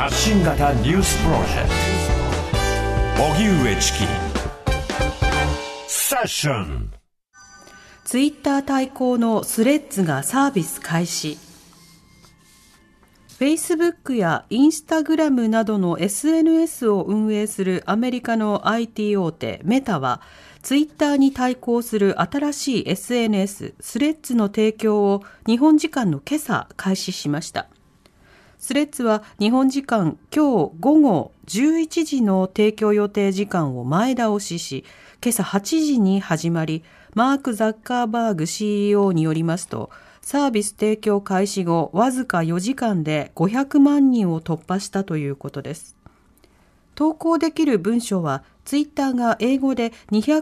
発信型ニュースプロジェクト荻上チキセッション。 ツイッター対抗のスレッズがサービス開始。Facebook や Instagram などの SNS を運営するアメリカの IT 大手メタは、ツイッターに対抗する新しい SNS スレッズの提供を日本時間の今朝開始しました。スレッズは日本時間今日午後11時の提供予定時間を前倒しし、今朝8時に始まり、マーク・ザッカーバーグ CEO によりますと、サービス提供開始後わずか4時間で500万人を突破したということです。投稿できる文章はツイッターが英語で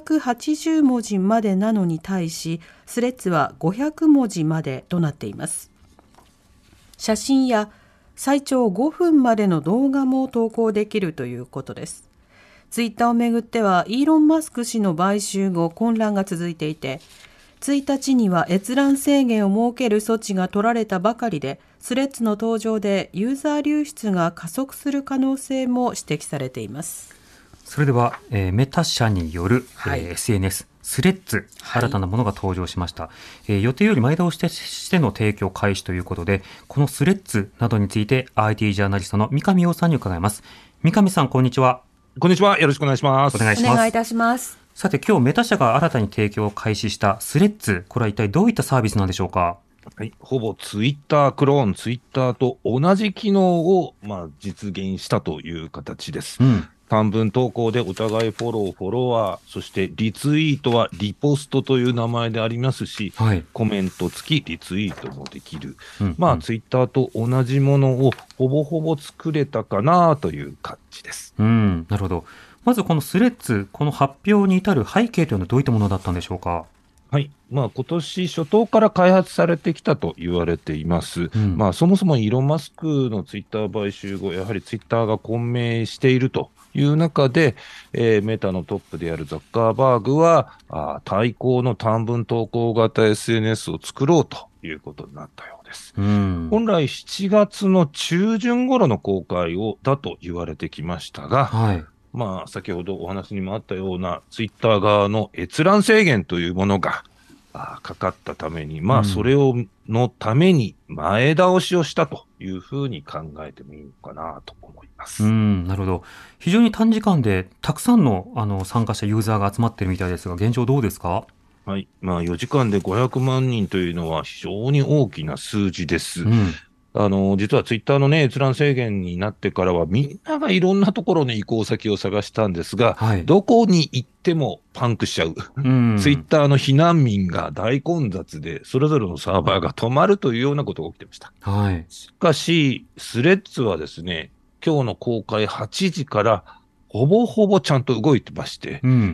280文字までなのに対し、スレッズは500文字までとなっています。写真や最長5分までの動画も投稿できるということです。ツイッターをめぐってはイーロン・マスク氏の買収後混乱が続いていて、1日には閲覧制限を設ける措置が取られたばかりで、スレッズの登場でユーザー流出が加速する可能性も指摘されています。 それでは、メタ社による、SNSスレッズ、新たなものが登場しました。予定より前倒しての提供開始ということで、このスレッズなどについて IT ジャーナリストの三上洋さんに伺います。三上さん、こんにちは。 こんにちは。よろしくお願いします。 お願いいたします。 さて、今日メタ社が新たに提供を開始したスレッズ、これは一体どういったサービスなんでしょうか？ はい、ほぼツイッタークローン、ツイッターと同じ機能を、実現したという形です。短文投稿でお互いフォロワー、そしてリツイートはリポストという名前でありますし、コメント付きリツイートもできる。ツイッターと同じものをほぼほぼ作れたかなという感じです。 なるほど。まずこのスレッズ、この発表に至る背景というのはどういったものだったんでしょうか？ はい。今年初頭から開発されてきたと言われています。そもそもイーロン・マスクのツイッター買収後、やはりツイッターが混迷しているという中で、メタのトップであるザッカーバーグは、対抗の短文投稿型 SNS を作ろうということになったようです。本来7月の中旬頃の公開だと言われてきましたが、先ほどお話にもあったようなツイッター側の閲覧制限というものがかかったために、それのために前倒しをしたというふうに考えてもいいのかなと思います。 なるほど。非常に短時間でたくさんの、参加者ユーザーが集まっているみたいですが、現状どうですか？ はい。4時間で500万人というのは非常に大きな数字です。実はツイッターのね、閲覧制限になってからはみんながいろんなところに移行先を探したんですが、どこに行ってもパンクしちゃう。ツイッターの避難民が大混雑で、それぞれのサーバーが止まるというようなことが起きてました。しかし、スレッズはですね、今日の公開8時からほぼほぼちゃんと動いてまして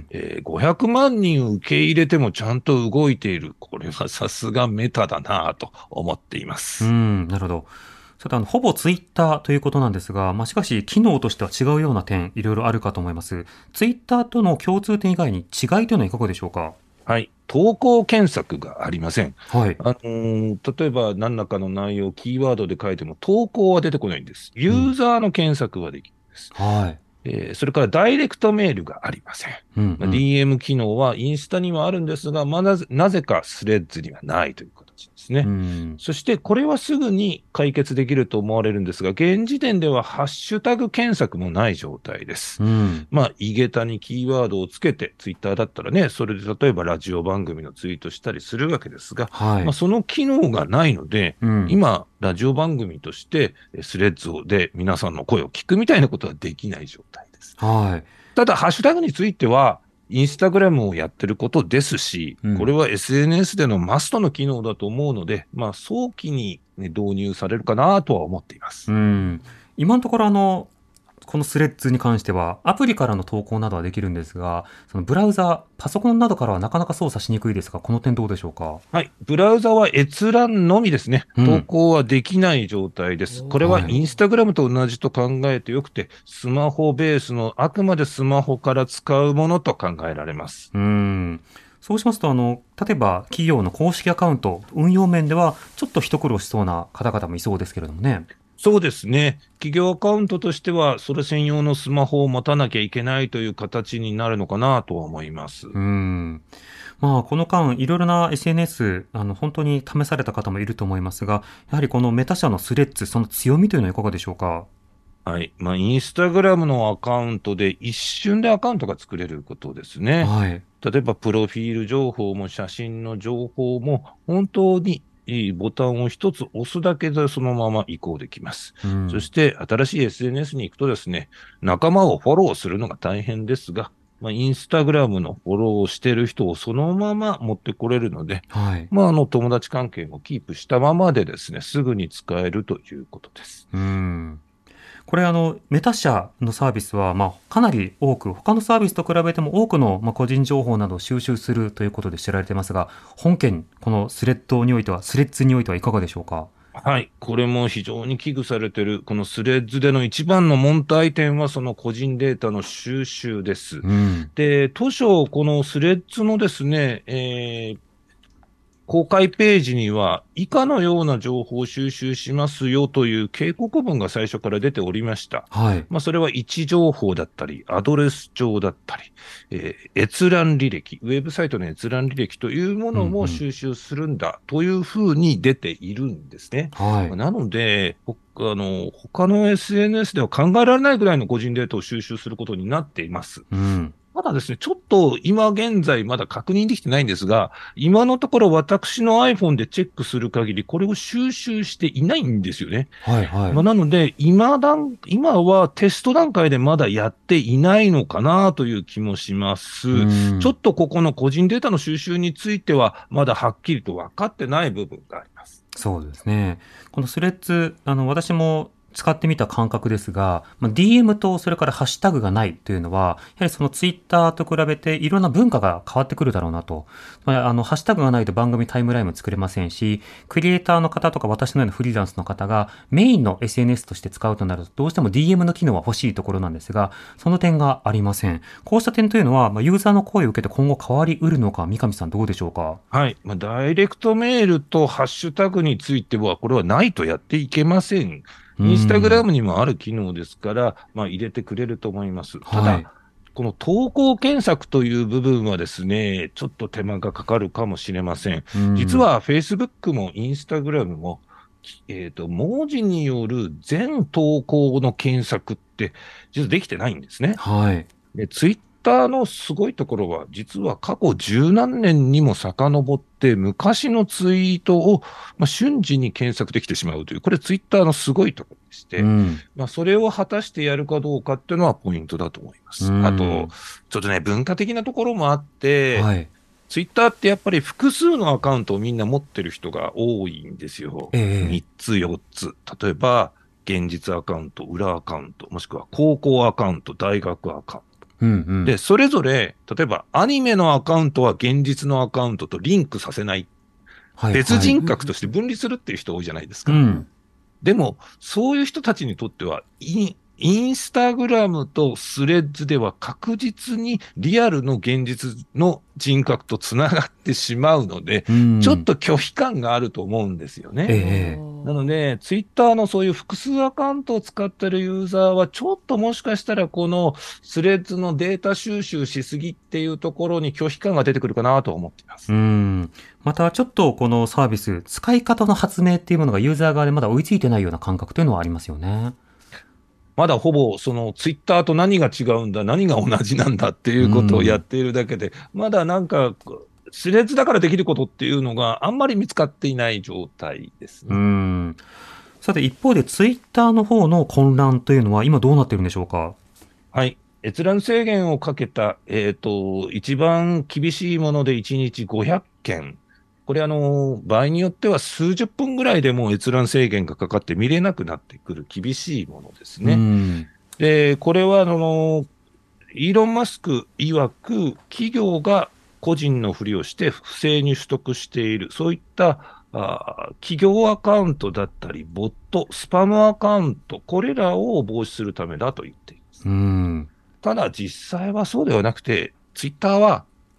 、500万人を受け入れてもちゃんと動いている。これはさすがメタだなと思っています。 なるほど。さて、ほぼツイッターということなんですが、しかし機能としては違うような点、いろいろあるかと思います。ツイッターとの共通点以外に違いというのはいかがでしょうか？ はい。投稿検索がありません。例えば何らかの内容、キーワードで書いても投稿は出てこないんです。ユーザーの検索はできるんです。それからダイレクトメールがありません。DM 機能はインスタにはあるんですが、なぜかスレッズにはないという形ですね。そしてこれはすぐに解決できると思われるんですが、現時点ではハッシュタグ検索もない状態です。井桁にキーワードをつけて、ツイッターだったらね、それで例えばラジオ番組のツイートしたりするわけですが、その機能がないので、今、ラジオ番組としてスレッズで皆さんの声を聞くみたいなことはできない状態です。ただ、ハッシュタグについては、インスタグラムをやってることですし、これは SNS でのマストの機能だと思うので、早期に、導入されるかなとは思っています。 今のところこのスレッズに関してはアプリからの投稿などはできるんですが、そのブラウザ、パソコンなどからはなかなか操作しにくいですが、この点どうでしょうか？ はい。ブラウザは閲覧のみですね。投稿はできない状態です。これはインスタグラムと同じと考えてよくて、スマホベースのあくまでスマホから使うものと考えられます。 そうしますと、例えば企業の公式アカウント、運用面ではちょっと一苦労しそうな方々もいそうですけれどもね。 そうですね。企業アカウントとしては、それ専用のスマホを持たなきゃいけないという形になるのかなとは思います。 まあ、この間、いろいろな SNS、本当に試された方もいると思いますが、やはりこのメタ社のスレッズ、その強みというのはいかがでしょうか。 はい。インスタグラムのアカウントで一瞬でアカウントが作れることですね。 はい。 例えば、プロフィール情報も写真の情報も、本当にボタンを一つ押すだけでそのまま移行できます。そして、新しい SNS に行くとですね、仲間をフォローするのが大変ですが、インスタグラムのフォローをしている人をそのまま持ってこれるので、 はい。 友達関係もキープしたままでですね、すぐに使えるということです。 これメタ社のサービスは、かなり多く、他のサービスと比べても多くの、個人情報などを収集するということで知られていますが、本件、このスレッズにおいてはいかがでしょうか。 はい。これも非常に危惧されている、このスレッズでの一番の問題点は、その個人データの収集です。で、当初、このスレッズのですね、公開ページには、以下のような情報を収集しますよという警告文が最初から出ておりました。 はい。 それは位置情報だったり、アドレス帳だったり、閲覧履歴、ウェブサイトの閲覧履歴というものも収集するんだというふうに出ているんですね。 はい。 なので、他の SNS では考えられないぐらいの個人データを収集することになっています。ただですね、ちょっと今現在まだ確認できてないんですが、今のところ私の iPhone でチェックする限り、これを収集していないんですよね。 はいはい。 なので、今はテスト段階でまだやっていないのかなという気もします。ちょっとここの個人データの収集については、まだはっきりと分かってない部分があります。 そうですね。このスレッズ、私も使ってみた感覚ですが、DM とそれからハッシュタグがないというのは、やはりそのツイッターと比べていろんな文化が変わってくるだろうなと。ハッシュタグがないと番組タイムラインも作れませんし、クリエイターの方とか私のようなフリーランスの方がメインの SNS として使うとなると、どうしても DM の機能は欲しいところなんですが、その点がありません。こうした点というのは、ユーザーの声を受けて今後変わりうるのか、三上さんどうでしょうか。 はい。ダイレクトメールとハッシュタグについては、これはないとやっていけません。インスタグラムにもある機能ですから、入れてくれると思います。ただ、この投稿検索という部分はですね、ちょっと手間がかかるかもしれません。実は Facebook も Instagram も、文字による全投稿の検索って、実はできてないんですね。 はい。 で、ツイッターのすごいところは、実は過去十何年にも遡って、昔のツイートを、瞬時に検索できてしまうという、これツイッターのすごいところでして、それを果たしてやるかどうかっていうのはポイントだと思います。あと、ちょっとね、文化的なところもあって、 はい。 ツイッターってやっぱり複数のアカウントをみんな持ってる人が多いんですよ。3つ、4つ。例えば、現実アカウント、裏アカウント、もしくは高校アカウント、大学アカウント。で、それぞれ、例えばアニメのアカウントは現実のアカウントとリンクさせない。別人格として分離するっていう人多いじゃないですか。でも、そういう人たちにとっては、インスタグラムとスレッズでは確実にリアルの現実の人格とつながってしまうので、ちょっと拒否感があると思うんですよね。なので、ツイッターのそういう複数アカウントを使ってるユーザーは、ちょっともしかしたらこのスレッズのデータ収集しすぎっていうところに拒否感が出てくるかなと思っています。 またちょっとこのサービス、使い方の発明っていうものがユーザー側でまだ追いついてないような感覚というのはありますよね。 まだほぼそのツイッターと何が違うんだ、何が同じなんだっていうことをやっているだけで、まだなんか、スレッズだからできることっていうのがあんまり見つかっていない状態ですね。 さて一方でツイッターの方の混乱というのは今どうなっているんでしょうか。 はい。閲覧制限をかけた、一番厳しいもので1日500件。これ場合によっては数十分ぐらいでもう閲覧制限がかかって見れなくなってくる厳しいものですね。で、これはイーロン・マスク曰く企業が個人のふりをして不正に取得している、そういった企業アカウントだったり、ボット、スパムアカウント、これらを防止するためだと言っています。ただ実際はそうではなくて、ツイッターは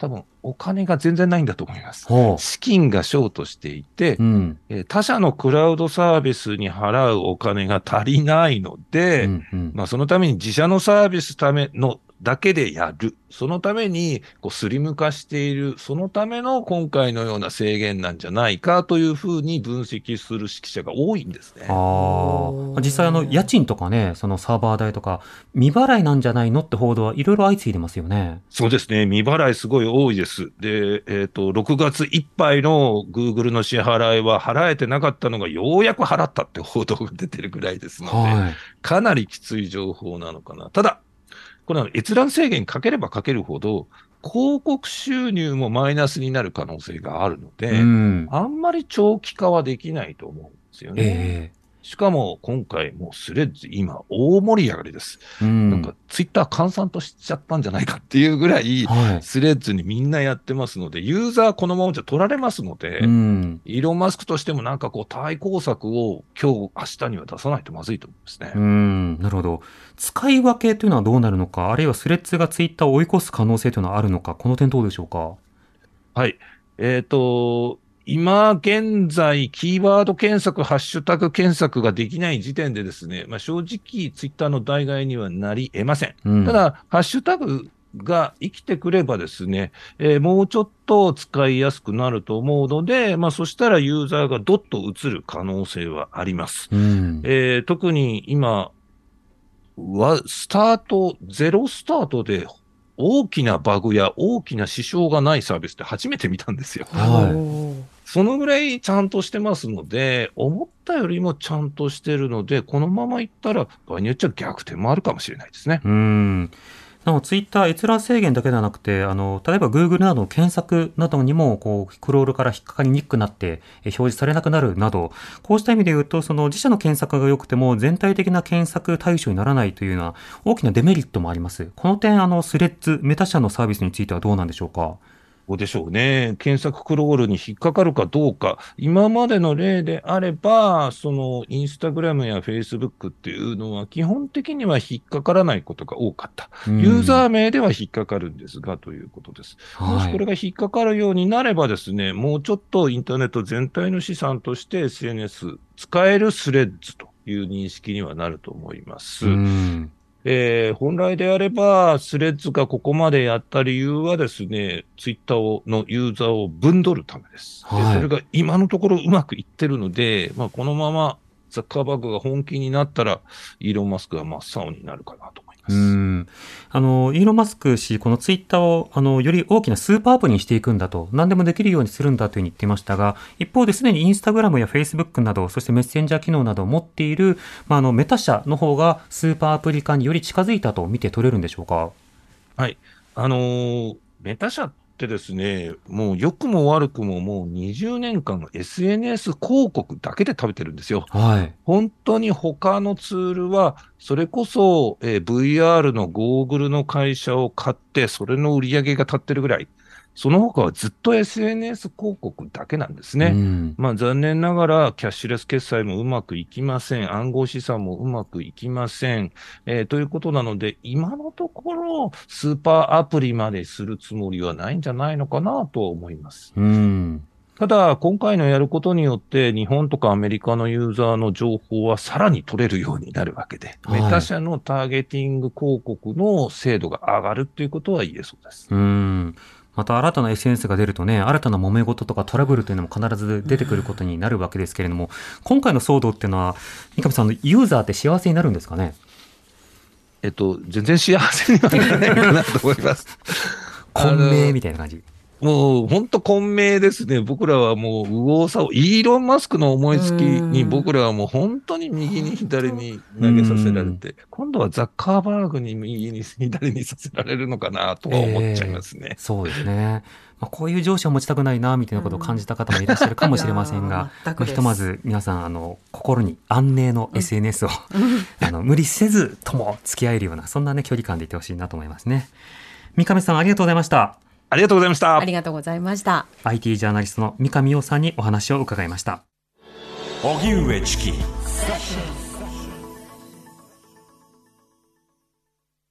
多分お金が全然ないんだと思います。資金がショートしていて、他社のクラウドサービスに払うお金が足りないので、そのために自社のサービスためのだけでやる。そのためにスリム化している。そのための今回のような制限なんじゃないかというふうに分析する指揮者が多いんですね。 実際家賃とかね、そのサーバー代とか未払いなんじゃないのって報道はいろいろ相次いでますよね。 そうですね。未払いすごい多いです。で、6月いっぱいの Google の支払いは払えてなかったのがようやく払ったって報道が出てるぐらいですので、かなりきつい情報なのかな。ただ、これは閲覧制限かければかけるほど、広告収入もマイナスになる可能性があるので、あんまり長期化はできないと思うんですよね。しかも今回もうスレッズ今大盛り上がりです。なんかツイッター閑散としちゃったんじゃないかっていうぐらい、スレッズにみんなやってますので、ユーザーこのままじゃ取られますので、イーロン・マスクとしてもなんか対抗策を今日、明日には出さないとまずいと思いますね。 なるほど。使い分けというのはどうなるのか、あるいはスレッズがツイッターを追い越す可能性というのはあるのか、この点どうでしょうか。 はい。今現在、キーワード検索、ハッシュタグ検索ができない時点でですね、正直、ツイッターの代替にはなり得ません。ただ、ハッシュタグが生きてくればですね、もうちょっと使いやすくなると思うので、そしたらユーザーがどっと移る可能性はあります。特に今は、ゼロスタートで大きなバグや大きな支障がないサービスって初めて見たんですよ。そのぐらいちゃんとしてますので、思ったよりもちゃんとしてるので、このままいったら場合によっちゃ逆転もあるかもしれないですね。 ツイッター閲覧制限だけではなくて、例えば Google などの検索などにもクロールから引っかかりにくくなって表示されなくなるなど、こうした意味で言うと、その自社の検索が良くても全体的な検索対象にならないというような大きなデメリットもあります。この点、スレッズ、メタ社のサービスについてはどうなんでしょうか。 どうでしょうね。検索クロールに引っかかるかどうか。今までの例であれば、インスタグラムやフェイスブックっていうのは基本的には引っかからないことが多かった。ユーザー名では引っかかるんですが、ということです。もしこれが引っかかるようになればですね、もうちょっとインターネット全体の資産として SNS 使えるスレッズという認識にはなると思います。本来であれば、スレッズがここまでやった理由はですね、ツイッターのユーザーを分取るためです。それが今のところうまくいってるので、このままザッカーバーグが本気になったら、イーロン・マスクが真っ青になるかなと思います。 イーロン・マスク氏、このツイッターをより大きなスーパーアプリにしていくんだと、何でもできるようにするんだというふうに言っていましたが、一方ですでにインスタグラムやフェイスブックなど、そしてメッセンジャー機能などを持っている、メタ社の方がスーパーアプリ化により近づいたと見て取れるんでしょうか。 はい。メタ社ってですね、もう良くも悪くももう20年間の SNS 広告だけで食べてるんですよ。本当に他のツールは、それこそ、VR のゴーグルの会社を買って、それの売り上げが立ってるぐらい。その他はずっと SNS 広告だけなんですね。残念ながらキャッシュレス決済もうまくいきません。暗号資産もうまくいきません。ということなので、今のところスーパーアプリまでするつもりはないんじゃないのかなと思います。ただ、今回のやることによって、日本とかアメリカのユーザーの情報はさらに取れるようになるわけで、メタ社のターゲティング広告の精度が上がるということは言えそうです。 また新たな SNS が出るとね、新たな揉め事とかトラブルというのも必ず出てくることになるわけですけれども、今回の騒動っていうのは、三上さん、ユーザーって幸せになるんですかね。 全然幸せにはならないかなと思います。 混迷みたいな感じ。 もう本当混迷ですね。僕らはもう右往左往、イーロン・マスクの思いつきに僕らはもう本当に右に左に投げさせられて、今度はザッカーバーグに右に左にさせられるのかなとは思っちゃいますね。 そうですね。こういう上司を持ちたくないなみたいなことを感じた方もいらっしゃるかもしれませんが、ひとまず皆さん心に安寧の SNS を無理せずとも付き合えるような、そんなね距離感でいてほしいなと思いますね。三上さん、ありがとうございました。 ありがとうございました。 ありがとうございました。 IT ジャーナリストの三上洋さんにお話を伺いました。 荻上チキ